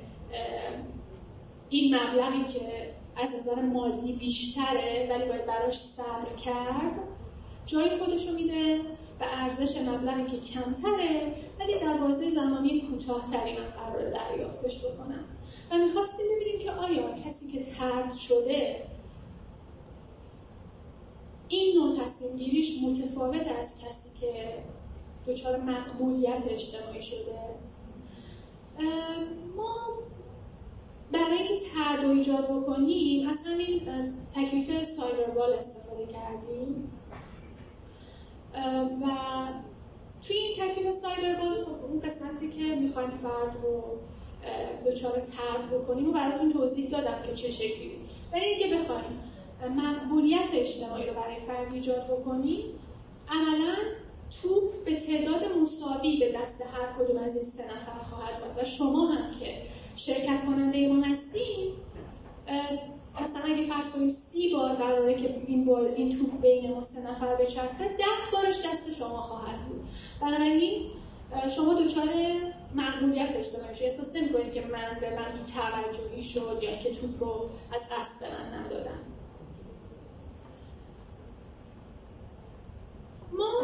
این مبلغی که از نظر مادی بیشتره ولی باید براش صبر کرد جای خودشو میده و ارزش مبلغی که کمتره ولی در بازه زمانی کوتاه‌تری من قراره دریافتش بکنم. و میخواستیم ببینیم که آیا کسی که طرد شده این نوع تصمیم گیریش متفاوت از کسی که دچار مقبولیت اجتماعی شده. ما برای اینکه طرد رو ایجاد بکنیم از همین تکلیف سایبروال استفاده کردیم و توی این تکلیف سایبروال اون قسمتی که میخوایم فرد رو دچار طرد بکنیم و براتون توضیح دادم که چه شکلی بود. ولی اینکه بخوایم مقبولیت اجتماعی رو برای فرد ایجاد بکنیم عملاً توپ به تعداد مساوی به دست هر کدوم از این سه نفر خواهد بود و شما هم که شرکت کننده ما هستین مثلا اگه فرض کنیم سی بار قراره که این بال این توپ بین ما سه نفر بچرخه ده بارش دست شما خواهد بود. بنابراین شما دچار مقبولیت اجتماعی میشید. احساس نمی‌کنید که من به من بی‌توجهی شد یا که توپ رو از قصد به من ندادن. ما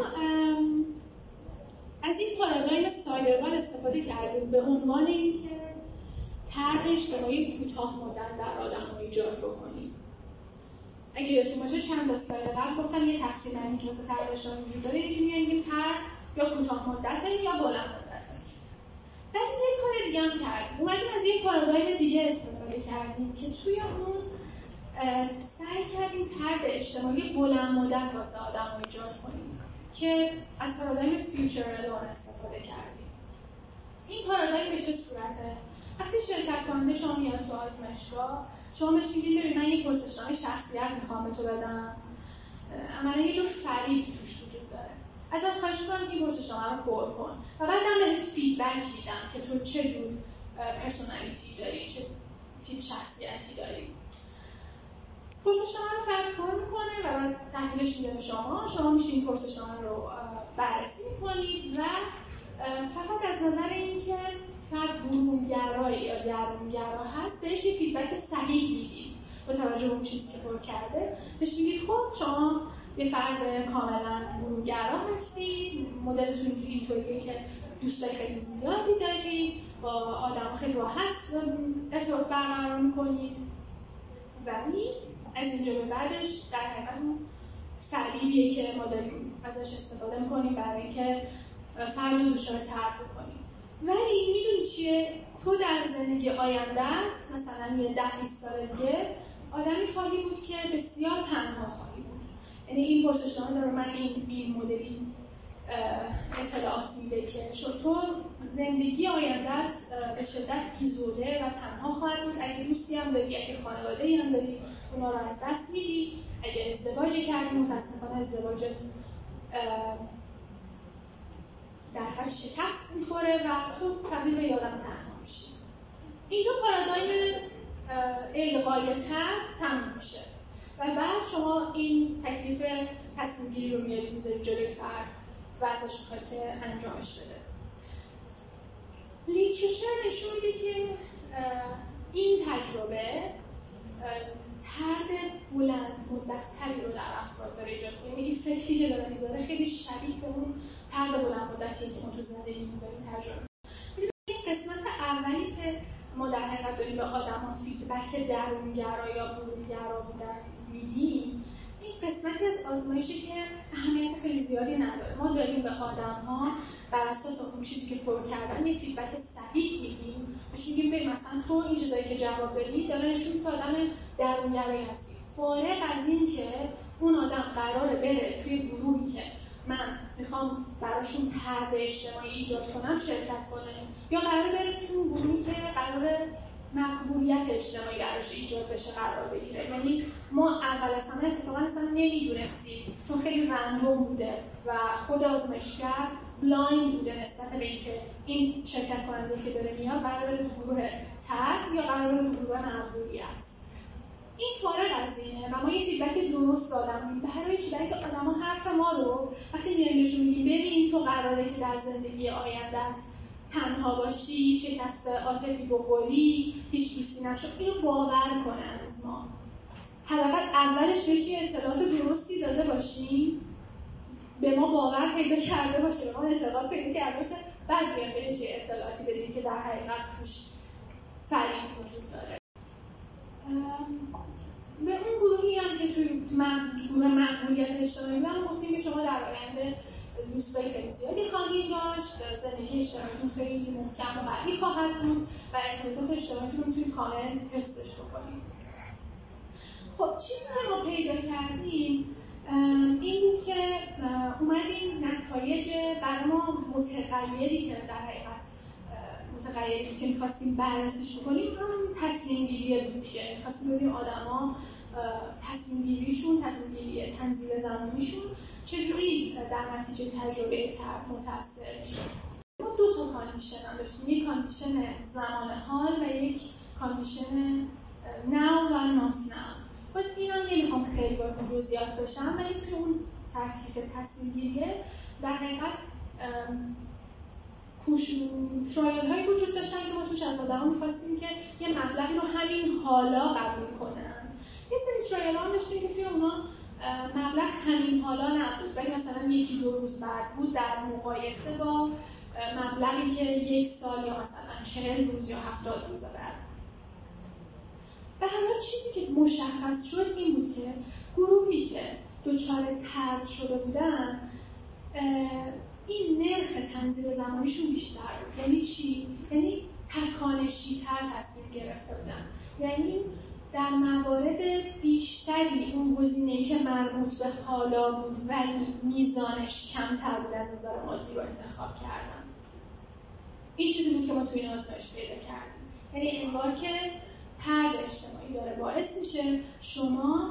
از این پارادایم سایبروال استفاده کردیم به عنوان اینکه طرد اجتماعی کوتاه مدت در آدم‌ها ایجاد بکنیم. اگه یادتون باشه چند اسلاید قبل گفتم یه تقسیم بندی که واسه طرد اجتماعی وجود داره اینه که میگیم طرد یا کوتاه مدته یا بلند مدته. ولی یه کار دیگه هم کردیم. اومدیم از یه پارادایم دیگه استفاده کردیم که توی اون سعی کردیم طرد اجتماعی بلند مدت واسه آدم‌ها ایجاد کنیم که از پارادایم فیوچر الون استفاده کردیم. این پارادایم به چه صورته؟ وقتی شرکت کننده شما میاد تو آزمایشگاه، شما بهش میگید ببین من یک پرسشنامه شخصیت میخوام به تو بدم. عملا یه جور فریب توش وجود داره. ازت خواهش می‌کنم که این پرسشنامه رو پر کن و بعدم بهت فیدبک میدم که تو چه جور پرسونالیتی داری، چه تیپ شخصیتی داری. پرسشنامه رو فرد کار میکنه و بعد تحویلش میده به شما. شما میشه این پرسشنامه رو بررسی میکنید و فقط از نظر اینکه فرد برونگرایی یا درونگرا هست بهش یه فیدبک صحیح میدید با توجه به اون چیزی که پر کرده. بهش میگید خب شما یه فرد کاملا برونگرا هستی، مدلتون اینطوریه که دوستای خیلی زیادی دارید، با آدم خیلی راحت ارتباط برقرار میکنید. ولی از اینجا به بعدش در حقیقت فریبیه که ما داریم ازش استفاده میکنیم برای اینکه فرد رو دچار طرد بکنیم. ولی میدونی چیه؟ تو در زندگی آینده‌ات مثلا یه ده بیست سال دیگه آدمی خواهی بود که بسیار تنها خواهی بود. یعنی این پرسشنامه داره من این این مدلی اطلاعات میده که تو زندگی آینده‌ات به شدت ایزوله و تنها خواهد بود. اگه دوستی هم داری، اگه خانواده‌ای هم داری، اونا رو از دست میدی. اگه ازدواجی کردی متاسفانه ازدواجت در حد شکست میخوره و تو تبدیل به آدم تنها میشی. اینجا پارادایم الغای ترد تموم میشه و بعد شما این تکلیف تصمیم گیری رو میارید میذارید جلوی فرد و ازش میخواد که انجامش بده. لیترچر نشون میده که این تجربه طرد بلند مدت‌تری رو در افراد داره ایجاد کنه. یعنی افکتی که داره میذاره خیلی شبیه به اون طرد بلند مدتیه که ما تو زندگیمون داریم تجربه می‌کنیم. این قسمت اولی که ما در حقیقت داریم به آدم‌ها فیدبک درونگرا یا برونگرا بودن میدیم، این قسمتی از آزمایشی که اهمیت خیلی زیادی نداره. ما داریم به آدم‌ها بر اساس اون چیزی که پر کردن یه فیدبک صحیح میدیم. بهش میگیم ببین مثلا تو این چیزایی که جواب بدی داره نشون میده آدم درونگرایی هستی. فارغ از این که اون آدم قراره بره توی گروهی که من میخوام براشون طرد اجتماعی ایجاد کنم شرکت کنه یا قراره بره توی گروهی که قراره مقبولیت اجتماعی براش ایجاد بشه قرار بگیره. یعنی ما اول از همه اتفاقا اصلا نمیدونستیم چون خیلی رندوم بوده و خود آزمایشگر بلایند بوده نسبت به اینکه این شرکت کننده که داره میاد قرار بره تو گروه طرد یا قرار بره تو گروه مقبولیت. این فارغ از اینه و ما یه فیدبک درست دادم میدیم برای چی؟ برای که آدما حرف ما رو وقتی میایم بهشون میگیم ببین تو قراره که در زندگی آینده‌ت تنها باشی، شکست عاطفی بخوری، هیچ دوستی نشد، اینو باور کنن از ما. حداقل اولش بهش یه اطلاعات درستی داده باشیم، به ما باور پیدا کرده باشه، به ما اعتقاد پیدا کرده باشه، بعد بیایم بهش یه اطلاعاتی بدیم که در حقیقت توش فریب وجود داره. به اون گروهی هم که توی گروه مقبولیت اجتماعی هم گفتیم که شما در آینده دوستای خیلی زیادی خواهید داشت، زندگی اجتماعیتون خیلی محکم و قوی خواهد بود و ارتباطات اجتماعیتون رو میتونید کامل حفظش بکنید. خب چیزی که ما پیدا کردیم این بود که اومدیم نتایج برای ما متغیری که در حقیقت متغیری بود که میخواستیم بررسیش بکنیم هم تصمیم گیریه بود دیگه. میخواستیم ببینیم آدما تصمیم گیریشون، تصمیم گیری تنظیم زمانیشون چجوری در نتیجه تجربه طرد متأثر میشه. ما دو تا کاندیشن هم داشتیم، یک کاندیشن زمان حال و یک کاندیشن now و not now. باز این هم نمیخوام خیلی وارد جزئیات بشم ولی توی اون تکلیف تصمیم گیریه در حقیقت ترایل هایی وجود داشتن که ما توش از آدم ها میخواستیم که یه مبلغی رو همین حالا قبول کنن. یه سری ترایل ها داشتیم که توی اونا مبلغ همین حالا نبود ولی مثلا یکی دو روز بعد بود در مقایسه با مبلغی که یک سال یا مثلا چهل روز یا هفتاد روز بعد. به هر حال چیزی که مشخص شد این بود که گروهی که دچار طرد شده بودن این نرخ تنظیم زمانیشون بیشتر بود. یعنی چی؟ یعنی تکانشی تر تصمیم گرفته بودن. یعنی در موارد بیشتری اون گزینه‌ای که مربوط به حالا بود ولی میزانش کمتر بود از نظر مادی رو انتخاب کردن. این چیزی بود که ما توی این آزمایش پیدا کردیم. یعنی انگار که طرد اجتماعی داره باعث میشه شما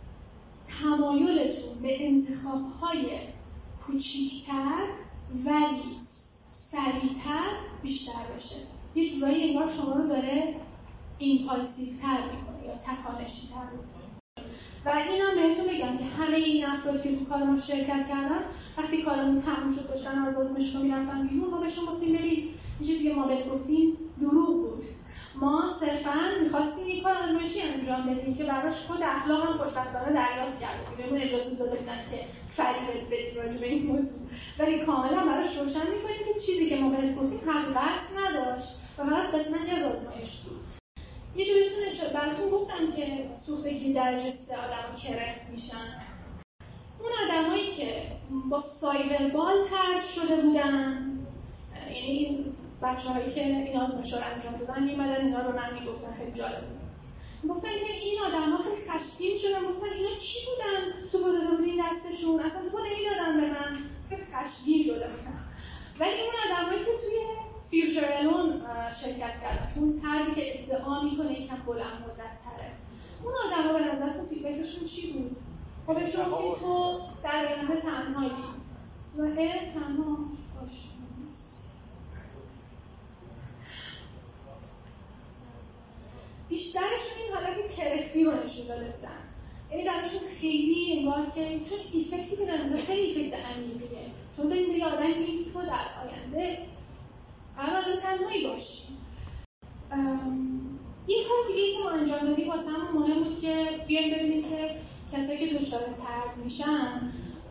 تمایلتون به انتخاب‌های کوچیک‌تر ولی سریع‌تر بیشتر بشه. یه جورایی انگار شما رو داره ایمپالسیو‌تر میکنه یا تکانشی‌تر میکنه. و اینم بهتون بگم که همه این افراد که تو کار ما شرکت کردن وقتی کارمون تموم شد داشتن از آزمایش رو میرفتن بیرون ما بهشون گفتیم ببین این چیزی که ما بهت گفتیم دروغ بود. ما صرفاً می‌خواستیم یک کار آزمایشی انجام بدیم که براش خود اخلاق هم خوشبختانه دریافت کرده. بهمون اجازه داده بودن که فریبت بدیم راجع به این موضوع. ولی کاملا براش روشن می‌کنیم که چیزی که ما بهت گفتیم حقیقت نداشت و فقط قسمتی از آزمایش بود. یه جوری بهتون براتون گفتم که سوختگی درجه سه آدم‌ها کرفت میشن. اون آدمایی که با سایبر بال طرد شده بودن، یعنی بچه‌هایی که این آزمایش رو انجام دادن میمدن اینا رو به من میگفتن، خیلی جالب بود. میگفتن که این آدم‌ها خیلی خشمگین شدن، گفتن اینا چی بودن تو داده بودین دستشون، اصلا تو نمیدادن به من، خیلی خشمگین شده بودن. ولی اون آدمایی که توی فیوچر الون شرکت کردن، اون طردی که ادعا میکنه یکم بلند مدت‌تره، اون آدم‌ها به نظرتون فیدبکشون چی بود؟ ما بهشون گفتیم تو در آینده تنهایی. تو اه تنها باش. بیشترشون این حالت کرفی رو نشون داده بودن. یعنی براشون خیلی انگار که چون ایفکتی که داره خیلی ایفکت عمیقیه، چون داریم به یه آدم میگی تو در آینده قرار تنهایی باشی. یه کار دیگه که ما انجام دادیم واسه همون مهم بود که بیایم ببینیم که کسایی که دچار طرد میشن،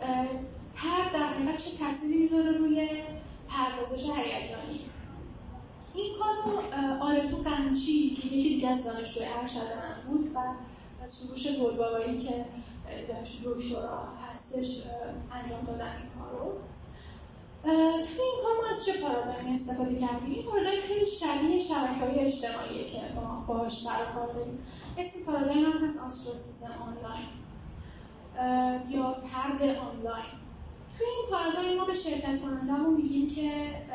طرد در حقیقت چه تأثیری میذاره روی پردازش هیجانی. این کار رو آرزو قنچی که یکی دیگه از دانشجوی ارشد من بود و سروش گلبابایی که دکترا هستش انجام دادن این کار رو. توی این کار ما از چه پارادایمی استفاده کردیم؟ این پارادایم خیلی شبیه شبکه‌های اجتماعیه که ما باهاش برخورد داریم. اسم پارادایم هم هست آستروسیسم آنلاین یا طرد آنلاین. توی این پارادایم ما به شرکت کننده‌مون میگیم که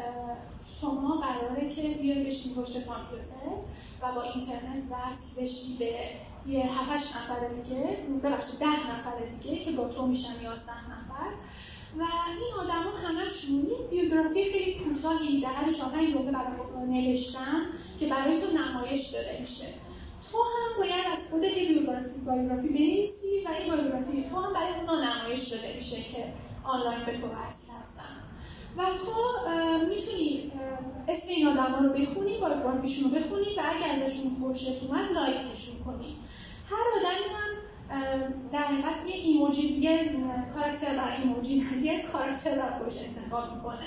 شما قراره که بیای بشین پشت کامپیوتر و با اینترنت وصل بشی به یه هفت هشت نفر دیگه، ببخشید ده نفر دیگه که با تو میشن یازده نفر و این آدما همشون بیوگرافی خیلی کوتاهی در حد چهار پنج جمله برای نوشتن که برای تو نمایش داده میشه. تو هم باید از خودت یه بیوگرافی بیوگرافی بنویسی و این بیوگرافی تو هم برای اونا نمایش داده میشه که آنلاین به تو وصل هستن و تو میتونی اسم این آدما رو بخونی، بیوگرافیشون رو بخونی و اگه ازشون خوشت اومد لایکشون کنی. هر آدمی هم در حقیقت یه ایموجی، یه کاراکتر و ایموجی یه کاراکتر رو خوش انتخاب میکنه.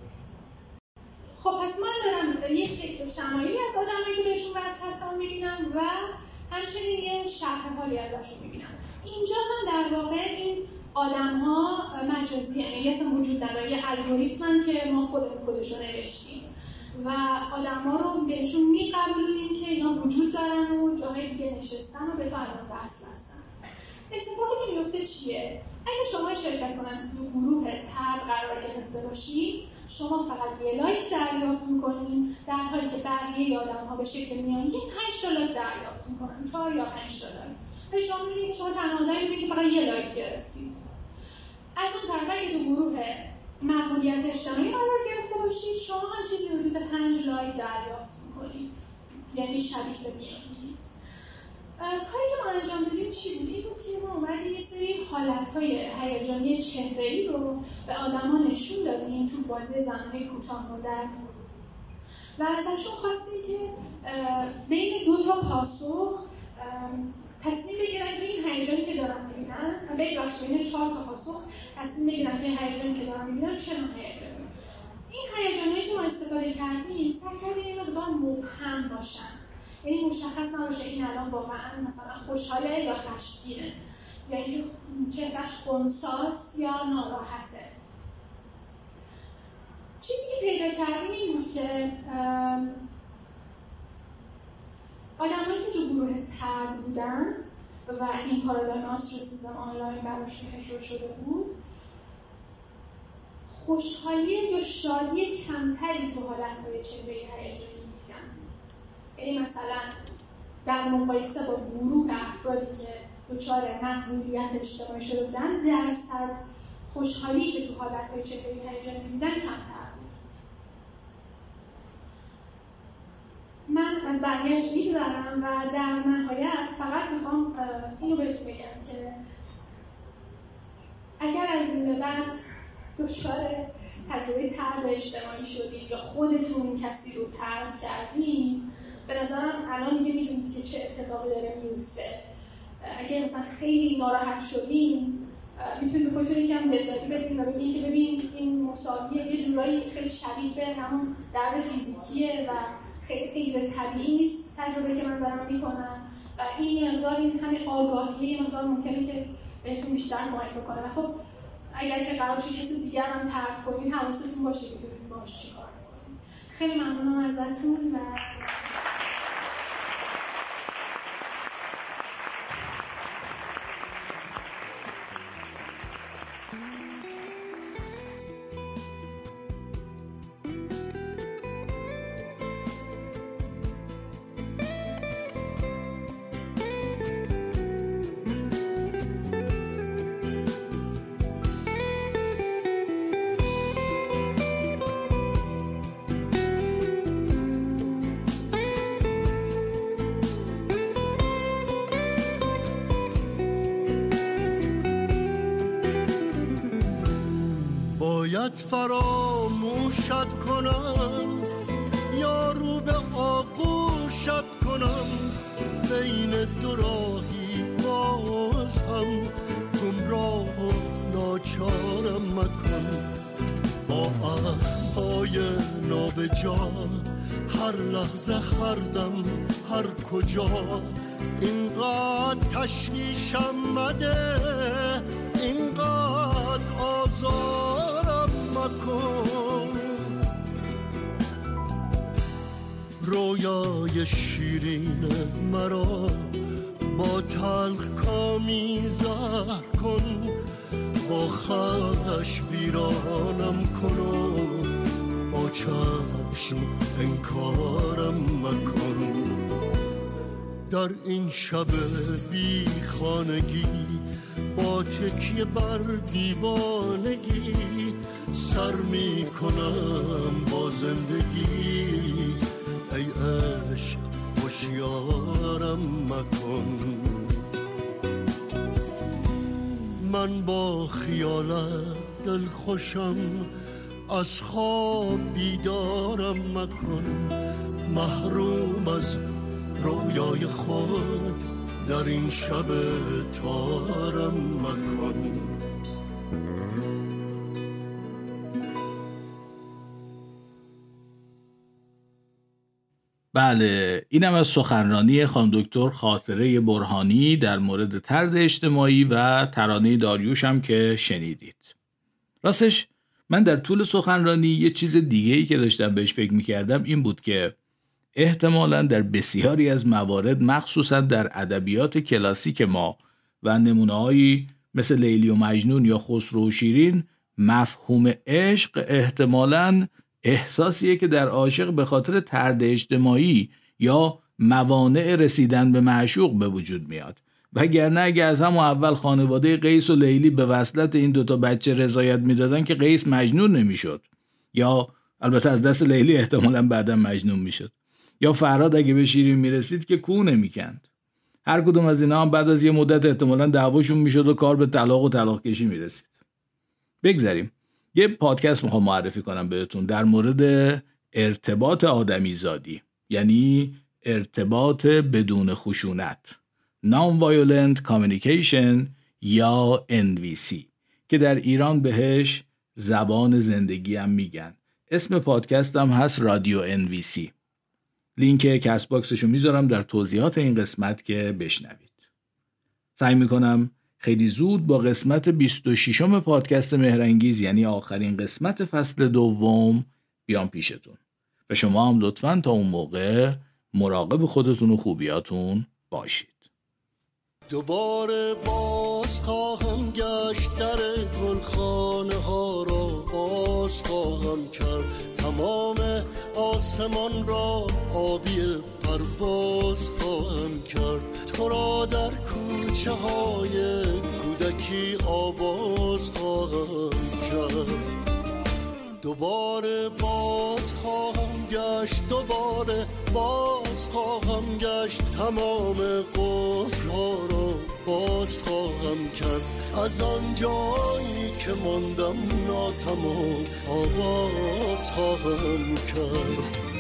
خب پس من دارم یه شکل شمایلی از آدمایی که بهشون وصل هستم میبینم و همچنین یه شرح حالی ازشون میبینم. اینجا هم در واقع این آدم‌ها مجازی، یعنی یه اصلا وجود نداره، یه الگوریتمن که ما خودمون کدشو نوشتیم و آدم‌ها رو بهشون میقبولیم که اینا وجود دارن و جاهای دیگه نشستن و به تو الان وصل هستن. اتفاقی که میفته چیه؟ اگه شما شرکت کننده تو گروه طرد قرار گرفته باشید، شما فقط یه لایک دریافت میکنین، در حالی که بقیه آدم‌ها به شکل میانگین پنج تا لایک دریافت میکنن، چهار یا پنج تا لایک. ولی شما می‌بینید شما تنها آدمی بودید که فقط یه لایک گرفتید. از اون طرف اگه تو گروه مقبولیت اجتماعی قرار گرفته باشید، شما هم چیزی حدود پنج لایک دریافت میکنید، یعنی شبیه به میانگین. کاری که ما انجام دادیم چی بود؟ این بود که ما اومدیم یه سری حالت‌های هیجانی چهره‌ای رو به آدم‌ها نشون دادیم تو بازی زمانه کوتاه مدت و ازشون خواستیم که بین دو تا پاسخ تصمیم بگیرن که این هیجانی که دارن می‌بینن، ببخشید بین چهار تا پاسخ تصمیم بگیرن که هیجانی که دارن می‌بینن چه نوع هیجانی. این هیجانایی که ما استفاده کردیم سعی کردیم این مقدار مبهم باشن، یعنی مشخص نباشه این الان واقعا مثلا خوشحاله یا خشمگینه یا اینکه چهرهش خنثی‌ست یا ناراحته. چیزی که پیدا کردیم این بود که آدمایی که تو گروه طرد بودن و این پارادایم آستروسیسم آنلاین براشون اجرا شده بود، خوشحالی یا شادی کمتری تو حالت‌های چهره هیجانی دیدن. یعنی مثلا در مقایسه با گروه افرادی که دچار مقبولیت اجتماعی شده بودن، درصد خوشحالی که تو حالت‌های چهره هیجانی دیدن کمتر بود. من از برگشت میگذرم و در نهایت فقط میخوام اینو بهتون بگم که اگر از این به بعد دچار تجربه طرد اجتماعی شدید یا خودتون کسی رو طرد کردین، به نظرم الان دیگه میدونید که چه اتفاقی داره میفته. اگه مثلا خیلی ناراحت شدین، میتونید به خودتون یکم دلداری بدین و بگین که ببین این مساویه، یه جورایی خیلی شبیه به همون درد فیزیکیه و خیلی غیر طبیعی نیست تجربه که من دارم میکنم و این مقدار، این همین آگاهیه یه مقدار ممکنه که بهتون بیشتر کمک بکنه. و خب اگر که قرار باشه کسی دیگر هم طرد کنین، حواستون باشه که ببینید باهاش چی کار میکنین. خیلی ممنونم ازتون و باید فراموشت کنم یا رو به آغوشت کنم، بین دو راهی باز هم گمراه و ناچارم مکن. با عهدهای نابجا هر لحظه هر دم هر کجا اینقدر تشویشم مده، اینقدر آزارم مکن. رویای شیرین مرا با تلخ کامی زهر کن، با خش ویرانم کن و با چشم انکارم مکن. در این شب بی خانگی با تکیه بر دیوانگی سر می کنم با زندگی، ای عشق هوشیارم مکن. من با خیالت دل خوشم، از خواب بیدارم مکن. محروم از رویای خود در این شب تارم مکن. بله، اینم از سخنرانی خانم دکتر خاطره برهانی در مورد طرد اجتماعی و ترانه داریوش هم که شنیدید. راستش من در طول سخنرانی یه چیز دیگه‌ای که داشتم بهش فکر می‌کردم این بود که احتمالاً در بسیاری از موارد، مخصوصاً در ادبیات کلاسیک ما و نمونه‌هایی مثل لیلی و مجنون یا خسرو و شیرین، مفهوم عشق احتمالاً احساسیه که در عاشق به خاطر طرد اجتماعی یا موانع رسیدن به معشوق به وجود میاد. وگرنه اگه از همون اول خانواده قیس و لیلی به وصلت این دوتا بچه رضایت میدادن که قیس مجنون نمیشد، یا البته از دست لیلی احتمالاً بعدا مجنون میشد، یا فرهاد اگه به شیرین میرسید که کو نمیکند. هر کدوم از اینا هم بعد از یه مدت احتمالاً دعواشون میشد و کار به طلاق و طلاق کشی میرسید. بگذاریم. یه پادکست میخوام معرفی کنم بهتون در مورد ارتباط آدمیزادی، یعنی ارتباط بدون خشونت، Non-Violent Communication یا ان وی سی، که در ایران بهش زبان زندگی هم میگن. اسم پادکست هم هست رادیو ان وی سی. لینک کست باکسشو میذارم در توضیحات این قسمت که بشنوید. سعی میکنم خیلی زود با قسمت بیست و ششم پادکست مهرانگیز، یعنی آخرین قسمت فصل دوم، بیام پیشتون و شما هم لطفاً تا اون موقع مراقب خودتون و خوبیاتون باشید. دوباره باز خواهم گشت، در گلخانه ها را باز خواهم کرد، تمام آسمان را آبی پرواز خواهم کرد، تو را در کوچه های کودکی آواز خواهم کرد. دوباره باز خواهم گشت، دوباره باز خواهم گشت، تمام قفل ها را باز خواهم کرد، از آن جایی که ماندم ناتمام آغاز خواهم کرد.